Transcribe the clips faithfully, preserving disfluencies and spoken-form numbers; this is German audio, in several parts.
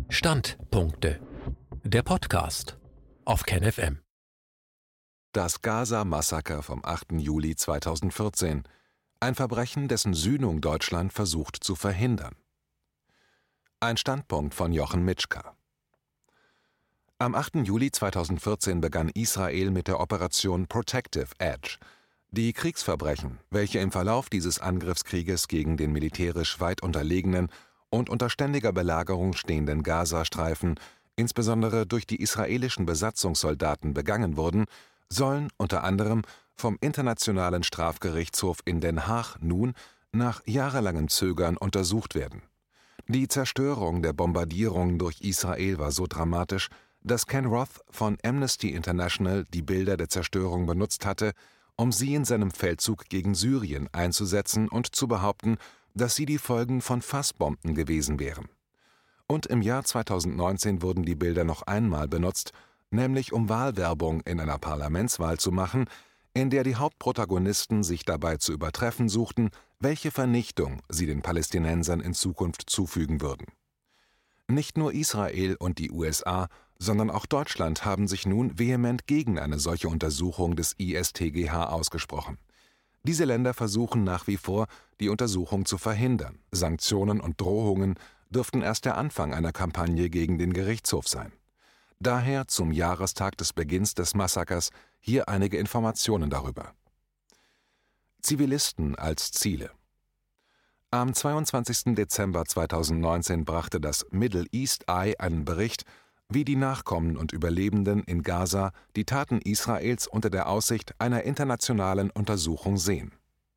Standpunkte. Der Podcast auf KenFM. Das Gaza-Massaker vom achten Juli zweitausendvierzehn. Ein Verbrechen, dessen Sühnung Deutschland versucht zu verhindern. Ein Standpunkt von Jochen Mitschka. Am achten Juli zweitausendvierzehn begann Israel mit der Operation Protective Edge. Die Kriegsverbrechen, welche im Verlauf dieses Angriffskrieges gegen den militärisch weit unterlegenen und unter ständiger Belagerung stehenden Gazastreifen, insbesondere durch die israelischen Besatzungssoldaten begangen wurden, sollen unter anderem vom Internationalen Strafgerichtshof in Den Haag nun nach jahrelangem Zögern untersucht werden. Die Zerstörung der Bombardierungen durch Israel war so dramatisch, dass Ken Roth von Amnesty International die Bilder der Zerstörung benutzt hatte, um sie in seinem Feldzug gegen Syrien einzusetzen und zu behaupten, dass sie die Folgen von Fassbomben gewesen wären. Und im Jahr zweitausendneunzehn wurden die Bilder noch einmal benutzt, nämlich um Wahlwerbung in einer Parlamentswahl zu machen, in der die Hauptprotagonisten sich dabei zu übertreffen suchten, welche Vernichtung sie den Palästinensern in Zukunft zufügen würden. Nicht nur Israel und die U S A, sondern auch Deutschland haben sich nun vehement gegen eine solche Untersuchung des I S T G H ausgesprochen. Diese Länder versuchen nach wie vor, die Untersuchung zu verhindern. Sanktionen und Drohungen dürften erst der Anfang einer Kampagne gegen den Gerichtshof sein. Daher zum Jahrestag des Beginns des Massakers hier einige Informationen darüber. Zivilisten als Ziele. Am zweiundzwanzigsten Dezember zweitausendneunzehn brachte das Middle East Eye einen Bericht, wie die Nachkommen und Überlebenden in Gaza die Taten Israels unter der Aussicht einer internationalen Untersuchung sehen.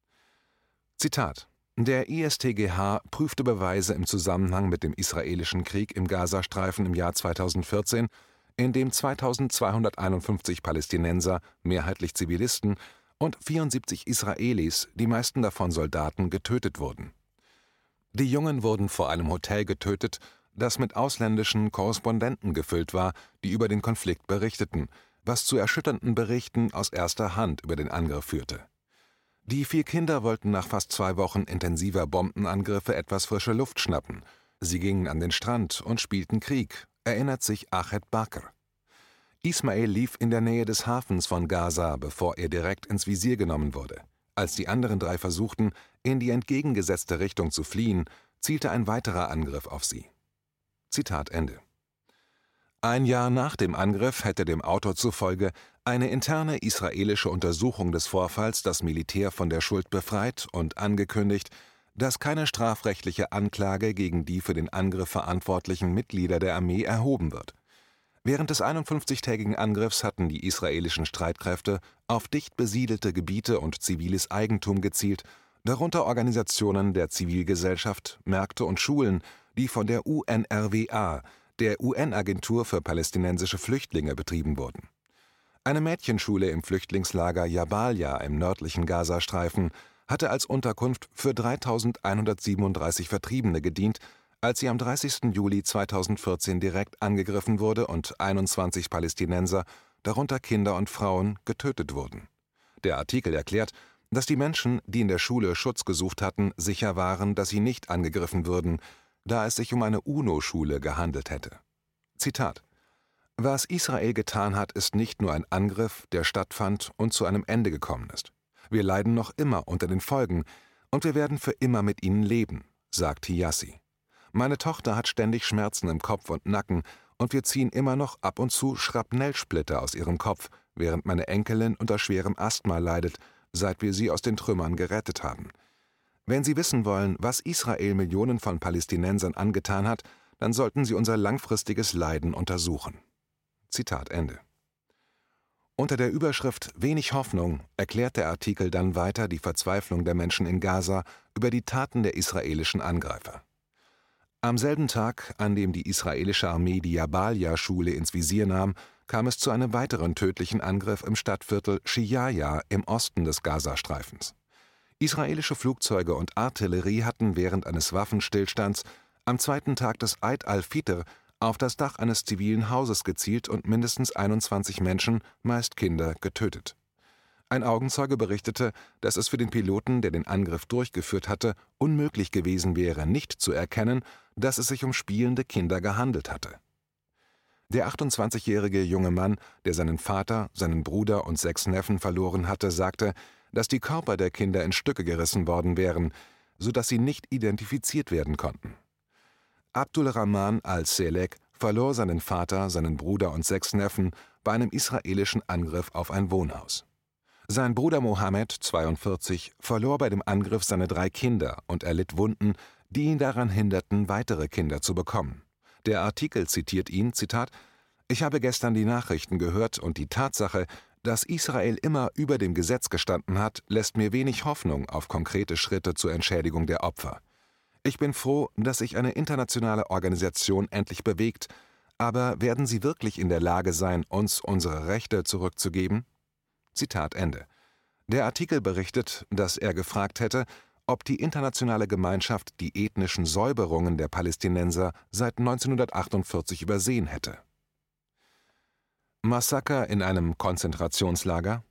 Zitat: Der I S T G H prüfte Beweise im Zusammenhang mit dem israelischen Krieg im Gazastreifen im Jahr zweitausendvierzehn, in dem zweitausendzweihunderteinundfünfzig Palästinenser, mehrheitlich Zivilisten, und vierundsiebzig Israelis, die meisten davon Soldaten, getötet wurden. Die Jungen wurden vor einem Hotel getötet, das mit ausländischen Korrespondenten gefüllt war, die über den Konflikt berichteten, was zu erschütternden Berichten aus erster Hand über den Angriff führte. Die vier Kinder wollten nach fast zwei Wochen intensiver Bombenangriffe etwas frische Luft schnappen. Sie gingen an den Strand und spielten Krieg, erinnert sich Achet Bakr. Ismail lief in der Nähe des Hafens von Gaza, bevor er direkt ins Visier genommen wurde. Als die anderen drei versuchten, in die entgegengesetzte Richtung zu fliehen, zielte ein weiterer Angriff auf sie. Zitat Ende. Ein Jahr nach dem Angriff hätte dem Autor zufolge eine interne israelische Untersuchung des Vorfalls das Militär von der Schuld befreit und angekündigt, dass keine strafrechtliche Anklage gegen die für den Angriff verantwortlichen Mitglieder der Armee erhoben wird. Während des einundfünfzigtägigen Angriffs hatten die israelischen Streitkräfte auf dicht besiedelte Gebiete und ziviles Eigentum gezielt, darunter Organisationen der Zivilgesellschaft, Märkte und Schulen, die von der U N R W A, der U N-Agentur für palästinensische Flüchtlinge, betrieben wurden. Eine Mädchenschule im Flüchtlingslager Jabalia im nördlichen Gazastreifen hatte als Unterkunft für dreitausendeinhundertsiebenunddreißig Vertriebene gedient, als sie am dreißigsten Juli zweitausendvierzehn direkt angegriffen wurde und einundzwanzig Palästinenser, darunter Kinder und Frauen, getötet wurden. Der Artikel erklärt, dass die Menschen, die in der Schule Schutz gesucht hatten, sicher waren, dass sie nicht angegriffen würden, da es sich um eine UNO-Schule gehandelt hätte. Zitat: Was Israel getan hat, ist nicht nur ein Angriff, der stattfand und zu einem Ende gekommen ist. Wir leiden noch immer unter den Folgen und wir werden für immer mit ihnen leben, sagt Hiassi. Meine Tochter hat ständig Schmerzen im Kopf und Nacken und wir ziehen immer noch ab und zu Schrapnellsplitter aus ihrem Kopf, während meine Enkelin unter schwerem Asthma leidet, seit wir sie aus den Trümmern gerettet haben. Wenn Sie wissen wollen, was Israel Millionen von Palästinensern angetan hat, dann sollten Sie unser langfristiges Leiden untersuchen. Zitat Ende. Unter der Überschrift »Wenig Hoffnung« erklärt der Artikel dann weiter die Verzweiflung der Menschen in Gaza über die Taten der israelischen Angreifer. Am selben Tag, an dem die israelische Armee die Jabalia-Schule ins Visier nahm, kam es zu einem weiteren tödlichen Angriff im Stadtviertel Shijaya im Osten des Gazastreifens. Israelische Flugzeuge und Artillerie hatten während eines Waffenstillstands am zweiten Tag des Eid al-Fitr auf das Dach eines zivilen Hauses gezielt und mindestens einundzwanzig Menschen, meist Kinder, getötet. Ein Augenzeuge berichtete, dass es für den Piloten, der den Angriff durchgeführt hatte, unmöglich gewesen wäre, nicht zu erkennen, dass es sich um spielende Kinder gehandelt hatte. Der achtundzwanzigjährige junge Mann, der seinen Vater, seinen Bruder und sechs Neffen verloren hatte, sagte, dass die Körper der Kinder in Stücke gerissen worden wären, sodass sie nicht identifiziert werden konnten. Abdul Rahman al-Selek verlor seinen Vater, seinen Bruder und sechs Neffen bei einem israelischen Angriff auf ein Wohnhaus. Sein Bruder Mohammed, zweiundvierzig, verlor bei dem Angriff seine drei Kinder und erlitt Wunden, die ihn daran hinderten, weitere Kinder zu bekommen. Der Artikel zitiert ihn, Zitat, »Ich habe gestern die Nachrichten gehört und die Tatsache, dass Israel immer über dem Gesetz gestanden hat, lässt mir wenig Hoffnung auf konkrete Schritte zur Entschädigung der Opfer. Ich bin froh, dass sich eine internationale Organisation endlich bewegt, aber werden sie wirklich in der Lage sein, uns unsere Rechte zurückzugeben?« Zitat Ende. Der Artikel berichtet, dass er gefragt hätte, ob die internationale Gemeinschaft die ethnischen Säuberungen der Palästinenser seit neunzehnhundertachtundvierzig übersehen hätte. Massaker in einem Konzentrationslager?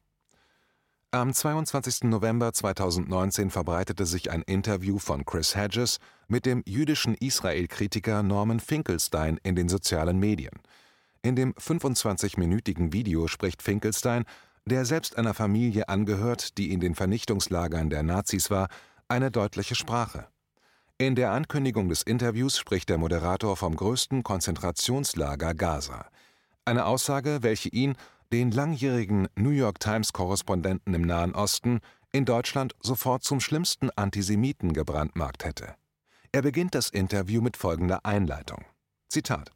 Am zweiundzwanzigsten November zweitausendneunzehn verbreitete sich ein Interview von Chris Hedges mit dem jüdischen Israel-Kritiker Norman Finkelstein in den sozialen Medien. In dem fünfundzwanzigminütigen Video spricht Finkelstein, der selbst einer Familie angehört, die in den Vernichtungslagern der Nazis war, eine deutliche Sprache. In der Ankündigung des Interviews spricht der Moderator vom größten Konzentrationslager Gaza. Eine Aussage, welche ihn, den langjährigen New York Times-Korrespondenten im Nahen Osten, in Deutschland sofort zum schlimmsten Antisemiten gebrandmarkt hätte. Er beginnt das Interview mit folgender Einleitung. Zitat: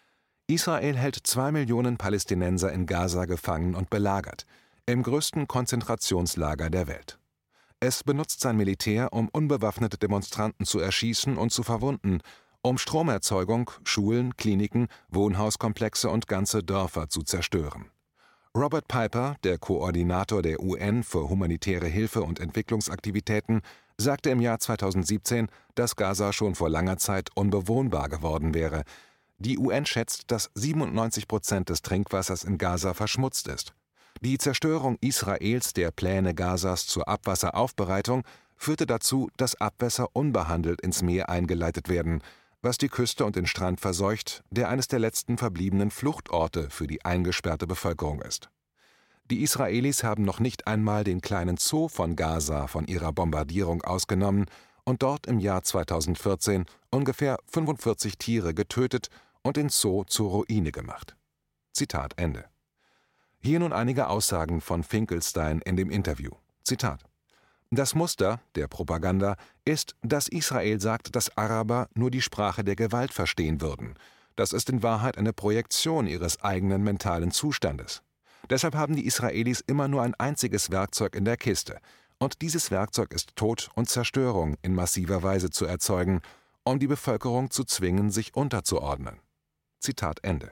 Israel hält zwei Millionen Palästinenser in Gaza gefangen und belagert, im größten Konzentrationslager der Welt. Es benutzt sein Militär, um unbewaffnete Demonstranten zu erschießen und zu verwunden, um Stromerzeugung, Schulen, Kliniken, Wohnhauskomplexe und ganze Dörfer zu zerstören. Robert Piper, der Koordinator der U N für humanitäre Hilfe und Entwicklungsaktivitäten, sagte im Jahr zweitausendsiebzehn, dass Gaza schon vor langer Zeit unbewohnbar geworden wäre. Die U N schätzt, dass siebenundneunzig Prozent des Trinkwassers in Gaza verschmutzt ist. Die Zerstörung Israels der Pläne Gazas zur Abwasseraufbereitung führte dazu, dass Abwässer unbehandelt ins Meer eingeleitet werden, was die Küste und den Strand verseucht, der eines der letzten verbliebenen Fluchtorte für die eingesperrte Bevölkerung ist. Die Israelis haben noch nicht einmal den kleinen Zoo von Gaza von ihrer Bombardierung ausgenommen und dort im Jahr zweitausendvierzehn ungefähr fünfundvierzig Tiere getötet und den Zoo zur Ruine gemacht. Zitat Ende. Hier nun einige Aussagen von Finkelstein in dem Interview. Zitat: Das Muster der Propaganda ist, dass Israel sagt, dass Araber nur die Sprache der Gewalt verstehen würden. Das ist in Wahrheit eine Projektion ihres eigenen mentalen Zustandes. Deshalb haben die Israelis immer nur ein einziges Werkzeug in der Kiste. Und dieses Werkzeug ist Tod und Zerstörung in massiver Weise zu erzeugen, um die Bevölkerung zu zwingen, sich unterzuordnen. Zitat Ende.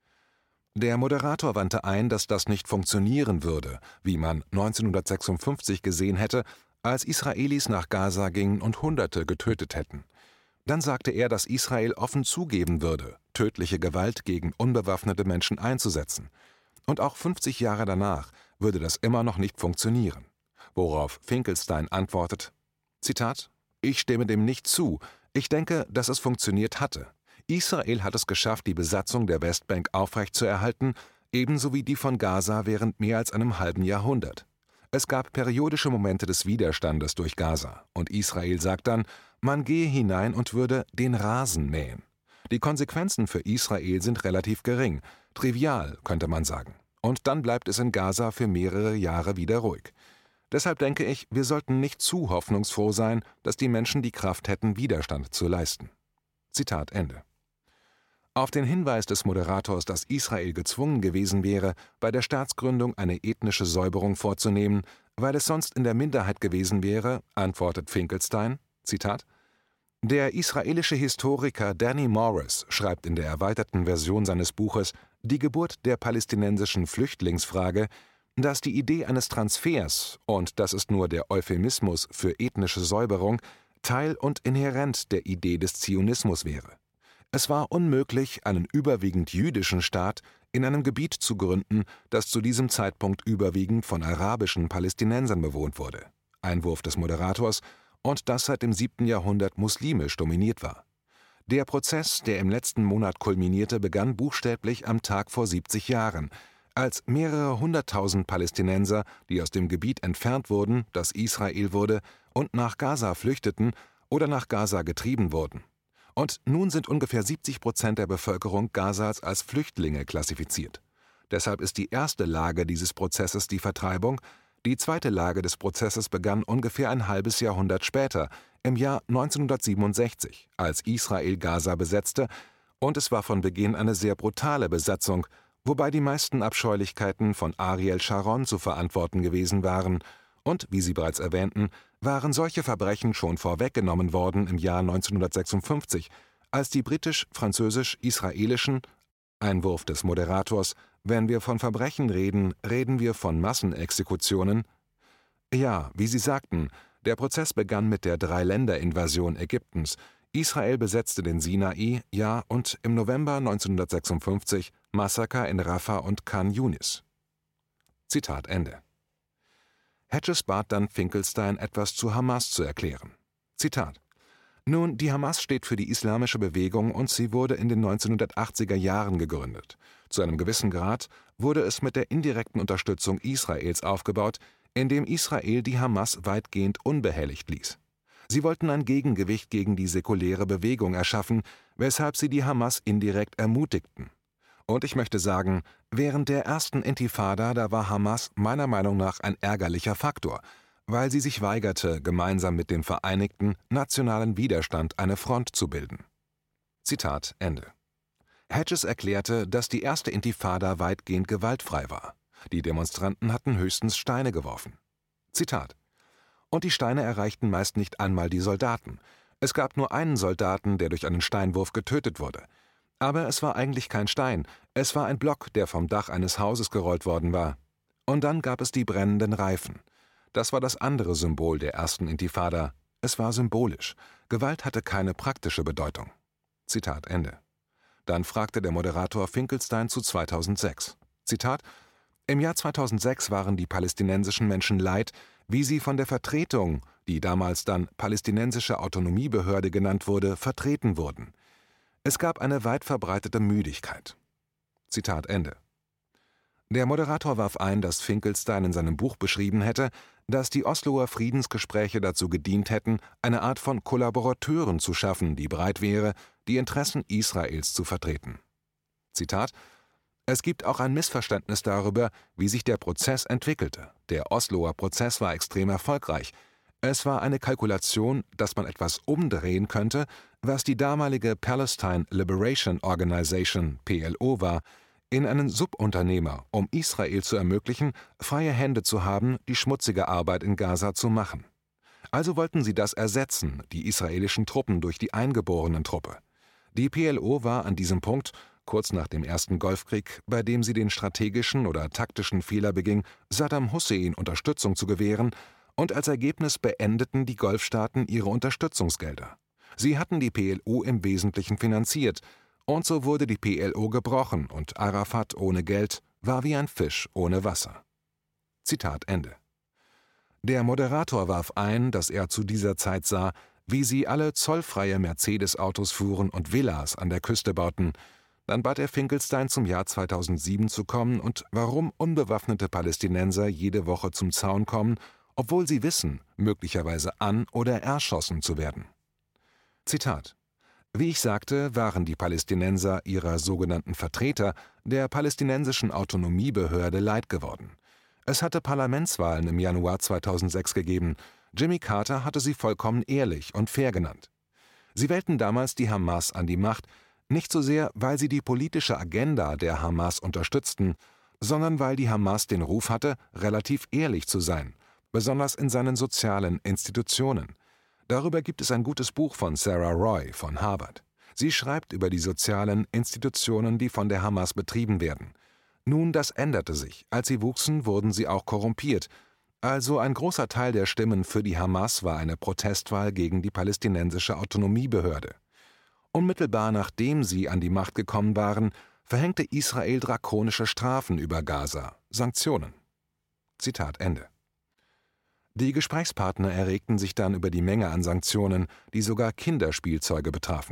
Der Moderator wandte ein, dass das nicht funktionieren würde, wie man neunzehnhundertsechsundfünfzig gesehen hätte, als Israelis nach Gaza gingen und Hunderte getötet hätten. Dann sagte er, dass Israel offen zugeben würde, tödliche Gewalt gegen unbewaffnete Menschen einzusetzen. Und auch fünfzig Jahre danach würde das immer noch nicht funktionieren. Worauf Finkelstein antwortet, Zitat: Ich stimme dem nicht zu. Ich denke, dass es funktioniert hatte. Israel hat es geschafft, die Besatzung der Westbank aufrechtzuerhalten, ebenso wie die von Gaza während mehr als einem halben Jahrhundert. Es gab periodische Momente des Widerstandes durch Gaza, und Israel sagt dann, man gehe hinein und würde den Rasen mähen. Die Konsequenzen für Israel sind relativ gering, trivial, könnte man sagen. Und dann bleibt es in Gaza für mehrere Jahre wieder ruhig. Deshalb denke ich, wir sollten nicht zu hoffnungsfroh sein, dass die Menschen die Kraft hätten, Widerstand zu leisten. Zitat Ende. Auf den Hinweis des Moderators, dass Israel gezwungen gewesen wäre, bei der Staatsgründung eine ethnische Säuberung vorzunehmen, weil es sonst in der Minderheit gewesen wäre, antwortet Finkelstein, Zitat: Der israelische Historiker Danny Morris schreibt in der erweiterten Version seines Buches »Die Geburt der palästinensischen Flüchtlingsfrage«, dass die Idee eines Transfers, und das ist nur der Euphemismus für ethnische Säuberung, Teil und inhärent der Idee des Zionismus wäre. Es war unmöglich, einen überwiegend jüdischen Staat in einem Gebiet zu gründen, das zu diesem Zeitpunkt überwiegend von arabischen Palästinensern bewohnt wurde. Einwurf des Moderators, und das seit dem siebten Jahrhundert muslimisch dominiert war. Der Prozess, der im letzten Monat kulminierte, begann buchstäblich am Tag vor siebzig Jahren, als mehrere hunderttausend Palästinenser, die aus dem Gebiet entfernt wurden, das Israel wurde, und nach Gaza flüchteten oder nach Gaza getrieben wurden. Und nun sind ungefähr siebzig Prozent der Bevölkerung Gazas als Flüchtlinge klassifiziert. Deshalb ist die erste Lage dieses Prozesses die Vertreibung. Die zweite Lage des Prozesses begann ungefähr ein halbes Jahrhundert später, im Jahr neunzehnhundertsiebenundsechzig, als Israel Gaza besetzte, und es war von Beginn eine sehr brutale Besatzung, wobei die meisten Abscheulichkeiten von Ariel Sharon zu verantworten gewesen waren, und, wie Sie bereits erwähnten, waren solche Verbrechen schon vorweggenommen worden im Jahr neunzehnhundertsechsundfünfzig, als die britisch-französisch-israelischen, Einwurf des Moderators, wenn wir von Verbrechen reden, reden wir von Massenexekutionen. Ja, wie Sie sagten, der Prozess begann mit der Dreiländerinvasion Ägyptens. Israel besetzte den Sinai, ja, und im November neunzehnhundertsechsundfünfzig Massaker in Rafah und Khan Yunis. Zitat Ende. Hedges bat dann Finkelstein, etwas zu Hamas zu erklären. Zitat: Nun, die Hamas steht für die islamische Bewegung und sie wurde in den neunzehnhundertachtziger Jahren gegründet. Zu einem gewissen Grad wurde es mit der indirekten Unterstützung Israels aufgebaut, indem Israel die Hamas weitgehend unbehelligt ließ. Sie wollten ein Gegengewicht gegen die säkuläre Bewegung erschaffen, weshalb sie die Hamas indirekt ermutigten. Und ich möchte sagen, während der ersten Intifada, da war Hamas meiner Meinung nach ein ärgerlicher Faktor, weil sie sich weigerte, gemeinsam mit dem vereinigten nationalen Widerstand eine Front zu bilden. Zitat Ende. Hedges erklärte, dass die erste Intifada weitgehend gewaltfrei war. Die Demonstranten hatten höchstens Steine geworfen. Zitat: Und die Steine erreichten meist nicht einmal die Soldaten. Es gab nur einen Soldaten, der durch einen Steinwurf getötet wurde. Aber es war eigentlich kein Stein, es war ein Block, der vom Dach eines Hauses gerollt worden war. Und dann gab es die brennenden Reifen. Das war das andere Symbol der ersten Intifada. Es war symbolisch. Gewalt hatte keine praktische Bedeutung. Zitat Ende. Dann fragte der Moderator Finkelstein zu zweitausendsechs. Zitat: Im Jahr zweitausendsechs waren die palästinensischen Menschen leid, wie sie von der Vertretung, die damals dann Palästinensische Autonomiebehörde genannt wurde, vertreten wurden. Es gab eine weit verbreitete Müdigkeit. Zitat Ende. Der Moderator warf ein, dass Finkelstein in seinem Buch beschrieben hätte, dass die Osloer Friedensgespräche dazu gedient hätten, eine Art von Kollaborateuren zu schaffen, die bereit wäre, die Interessen Israels zu vertreten. Zitat: Es gibt auch ein Missverständnis darüber, wie sich der Prozess entwickelte. Der Osloer Prozess war extrem erfolgreich. Es war eine Kalkulation, dass man etwas umdrehen könnte, was die damalige Palestine Liberation Organization, P L O, war, in einen Subunternehmer, um Israel zu ermöglichen, freie Hände zu haben, die schmutzige Arbeit in Gaza zu machen. Also wollten sie das ersetzen, die israelischen Truppen durch die eingeborenen Truppe. Die P L O war an diesem Punkt, kurz nach dem ersten Golfkrieg, bei dem sie den strategischen oder taktischen Fehler beging, Saddam Hussein Unterstützung zu gewähren, und als Ergebnis beendeten die Golfstaaten ihre Unterstützungsgelder. Sie hatten die P L O im Wesentlichen finanziert, und so wurde die P L O gebrochen und Arafat ohne Geld war wie ein Fisch ohne Wasser. Zitat Ende. Der Moderator warf ein, dass er zu dieser Zeit sah, wie sie alle zollfreie Mercedes-Autos fuhren und Villas an der Küste bauten. Dann bat er Finkelstein, zum Jahr zweitausendsieben zu kommen und warum unbewaffnete Palästinenser jede Woche zum Zaun kommen, obwohl sie wissen, möglicherweise an- oder erschossen zu werden. Zitat: Wie ich sagte, waren die Palästinenser ihrer sogenannten Vertreter, der palästinensischen Autonomiebehörde, leid geworden. Es hatte Parlamentswahlen im Januar zweitausendsechs gegeben. Jimmy Carter hatte sie vollkommen ehrlich und fair genannt. Sie wählten damals die Hamas an die Macht, nicht so sehr, weil sie die politische Agenda der Hamas unterstützten, sondern weil die Hamas den Ruf hatte, relativ ehrlich zu sein, besonders in seinen sozialen Institutionen. Darüber gibt es ein gutes Buch von Sarah Roy von Harvard. Sie schreibt über die sozialen Institutionen, die von der Hamas betrieben werden. Nun, das änderte sich. Als sie wuchsen, wurden sie auch korrumpiert. Also ein großer Teil der Stimmen für die Hamas war eine Protestwahl gegen die palästinensische Autonomiebehörde. Unmittelbar nachdem sie an die Macht gekommen waren, verhängte Israel drakonische Strafen über Gaza, Sanktionen. Zitat Ende. Die Gesprächspartner erregten sich dann über die Menge an Sanktionen, die sogar Kinderspielzeuge betrafen.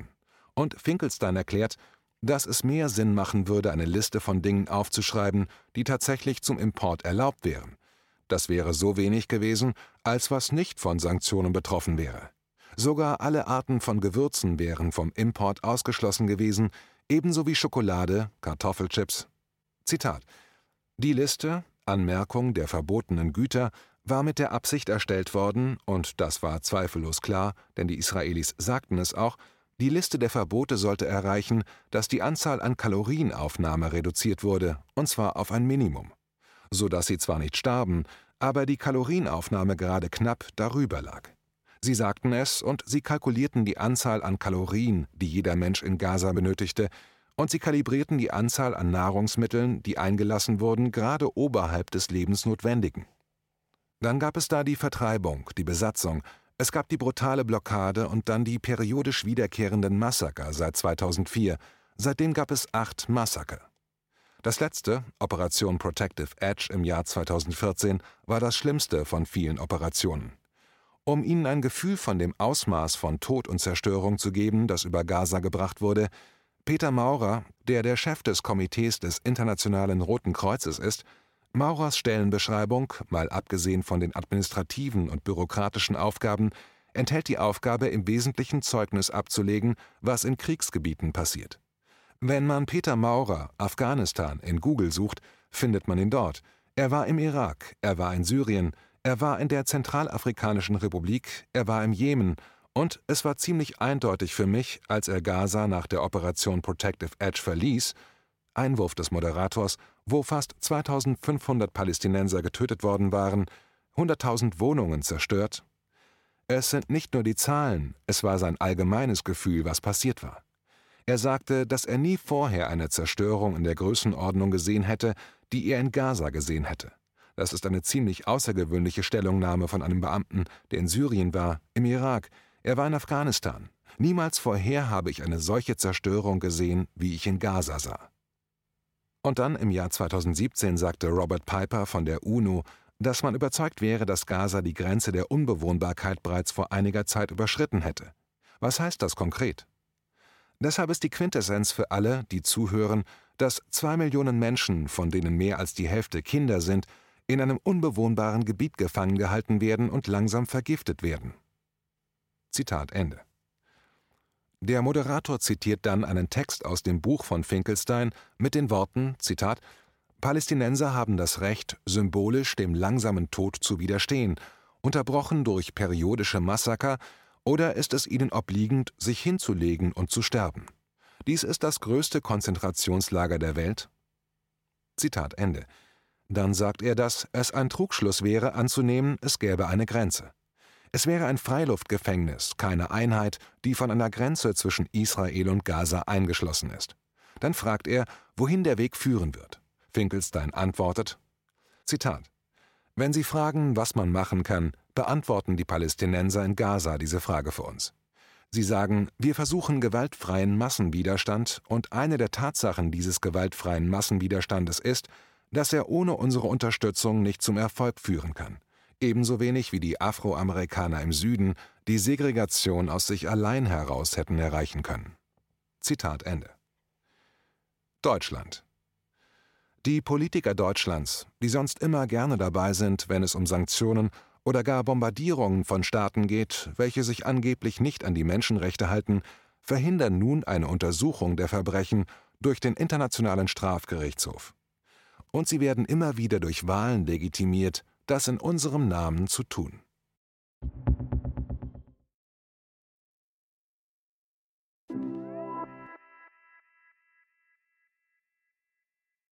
Und Finkelstein erklärt, dass es mehr Sinn machen würde, eine Liste von Dingen aufzuschreiben, die tatsächlich zum Import erlaubt wären. Das wäre so wenig gewesen, als was nicht von Sanktionen betroffen wäre. Sogar alle Arten von Gewürzen wären vom Import ausgeschlossen gewesen, ebenso wie Schokolade, Kartoffelchips. Zitat: Die Liste, Anmerkung der verbotenen Güter, war mit der Absicht erstellt worden, und das war zweifellos klar, denn die Israelis sagten es auch, die Liste der Verbote sollte erreichen, dass die Anzahl an Kalorienaufnahme reduziert wurde, und zwar auf ein Minimum, sodass sie zwar nicht starben, aber die Kalorienaufnahme gerade knapp darüber lag. Sie sagten es, und sie kalkulierten die Anzahl an Kalorien, die jeder Mensch in Gaza benötigte, und sie kalibrierten die Anzahl an Nahrungsmitteln, die eingelassen wurden, gerade oberhalb des Lebensnotwendigen. Dann gab es da die Vertreibung, die Besatzung, es gab die brutale Blockade und dann die periodisch wiederkehrenden Massaker seit zweitausendvier. Seitdem gab es acht Massaker. Das letzte, Operation Protective Edge im Jahr zweitausendvierzehn, war das schlimmste von vielen Operationen. Um Ihnen ein Gefühl von dem Ausmaß von Tod und Zerstörung zu geben, das über Gaza gebracht wurde: Peter Maurer, der der Chef des Komitees des Internationalen Roten Kreuzes ist, Maurers Stellenbeschreibung, mal abgesehen von den administrativen und bürokratischen Aufgaben, enthält die Aufgabe, im Wesentlichen Zeugnis abzulegen, was in Kriegsgebieten passiert. Wenn man Peter Maurer, Afghanistan, in Google sucht, findet man ihn dort. Er war im Irak, er war in Syrien, er war in der Zentralafrikanischen Republik, er war im Jemen, und es war ziemlich eindeutig für mich, als er Gaza nach der Operation Protective Edge verließ, Einwurf des Moderators, wo fast zweitausendfünfhundert Palästinenser getötet worden waren, hunderttausend Wohnungen zerstört. Es sind nicht nur die Zahlen, es war sein allgemeines Gefühl, was passiert war. Er sagte, dass er nie vorher eine Zerstörung in der Größenordnung gesehen hätte, die er in Gaza gesehen hätte. Das ist eine ziemlich außergewöhnliche Stellungnahme von einem Beamten, der in Syrien war, im Irak, er war in Afghanistan. Niemals vorher habe ich eine solche Zerstörung gesehen, wie ich in Gaza sah. Und dann im Jahr zweitausendsiebzehn sagte Robert Piper von der UNO, dass man überzeugt wäre, dass Gaza die Grenze der Unbewohnbarkeit bereits vor einiger Zeit überschritten hätte. Was heißt das konkret? Deshalb ist die Quintessenz für alle, die zuhören, dass zwei Millionen Menschen, von denen mehr als die Hälfte Kinder sind, in einem unbewohnbaren Gebiet gefangen gehalten werden und langsam vergiftet werden. Zitat Ende. Der Moderator zitiert dann einen Text aus dem Buch von Finkelstein mit den Worten, Zitat, Palästinenser haben das Recht, symbolisch dem langsamen Tod zu widerstehen, unterbrochen durch periodische Massaker, oder ist es ihnen obliegend, sich hinzulegen und zu sterben. Dies ist das größte Konzentrationslager der Welt. Zitat Ende. Dann sagt er, dass es ein Trugschluss wäre, anzunehmen, es gäbe eine Grenze. Es wäre ein Freiluftgefängnis, keine Einheit, die von einer Grenze zwischen Israel und Gaza eingeschlossen ist. Dann fragt er, wohin der Weg führen wird. Finkelstein antwortet, Zitat, wenn Sie fragen, was man machen kann, beantworten die Palästinenser in Gaza diese Frage für uns. Sie sagen, wir versuchen gewaltfreien Massenwiderstand, und eine der Tatsachen dieses gewaltfreien Massenwiderstandes ist, dass er ohne unsere Unterstützung nicht zum Erfolg führen kann. Ebenso wenig wie die Afroamerikaner im Süden die Segregation aus sich allein heraus hätten erreichen können. Zitat Ende. Deutschland. Die Politiker Deutschlands, die sonst immer gerne dabei sind, wenn es um Sanktionen oder gar Bombardierungen von Staaten geht, welche sich angeblich nicht an die Menschenrechte halten, verhindern nun eine Untersuchung der Verbrechen durch den Internationalen Strafgerichtshof. Und sie werden immer wieder durch Wahlen legitimiert, das in unserem Namen zu tun.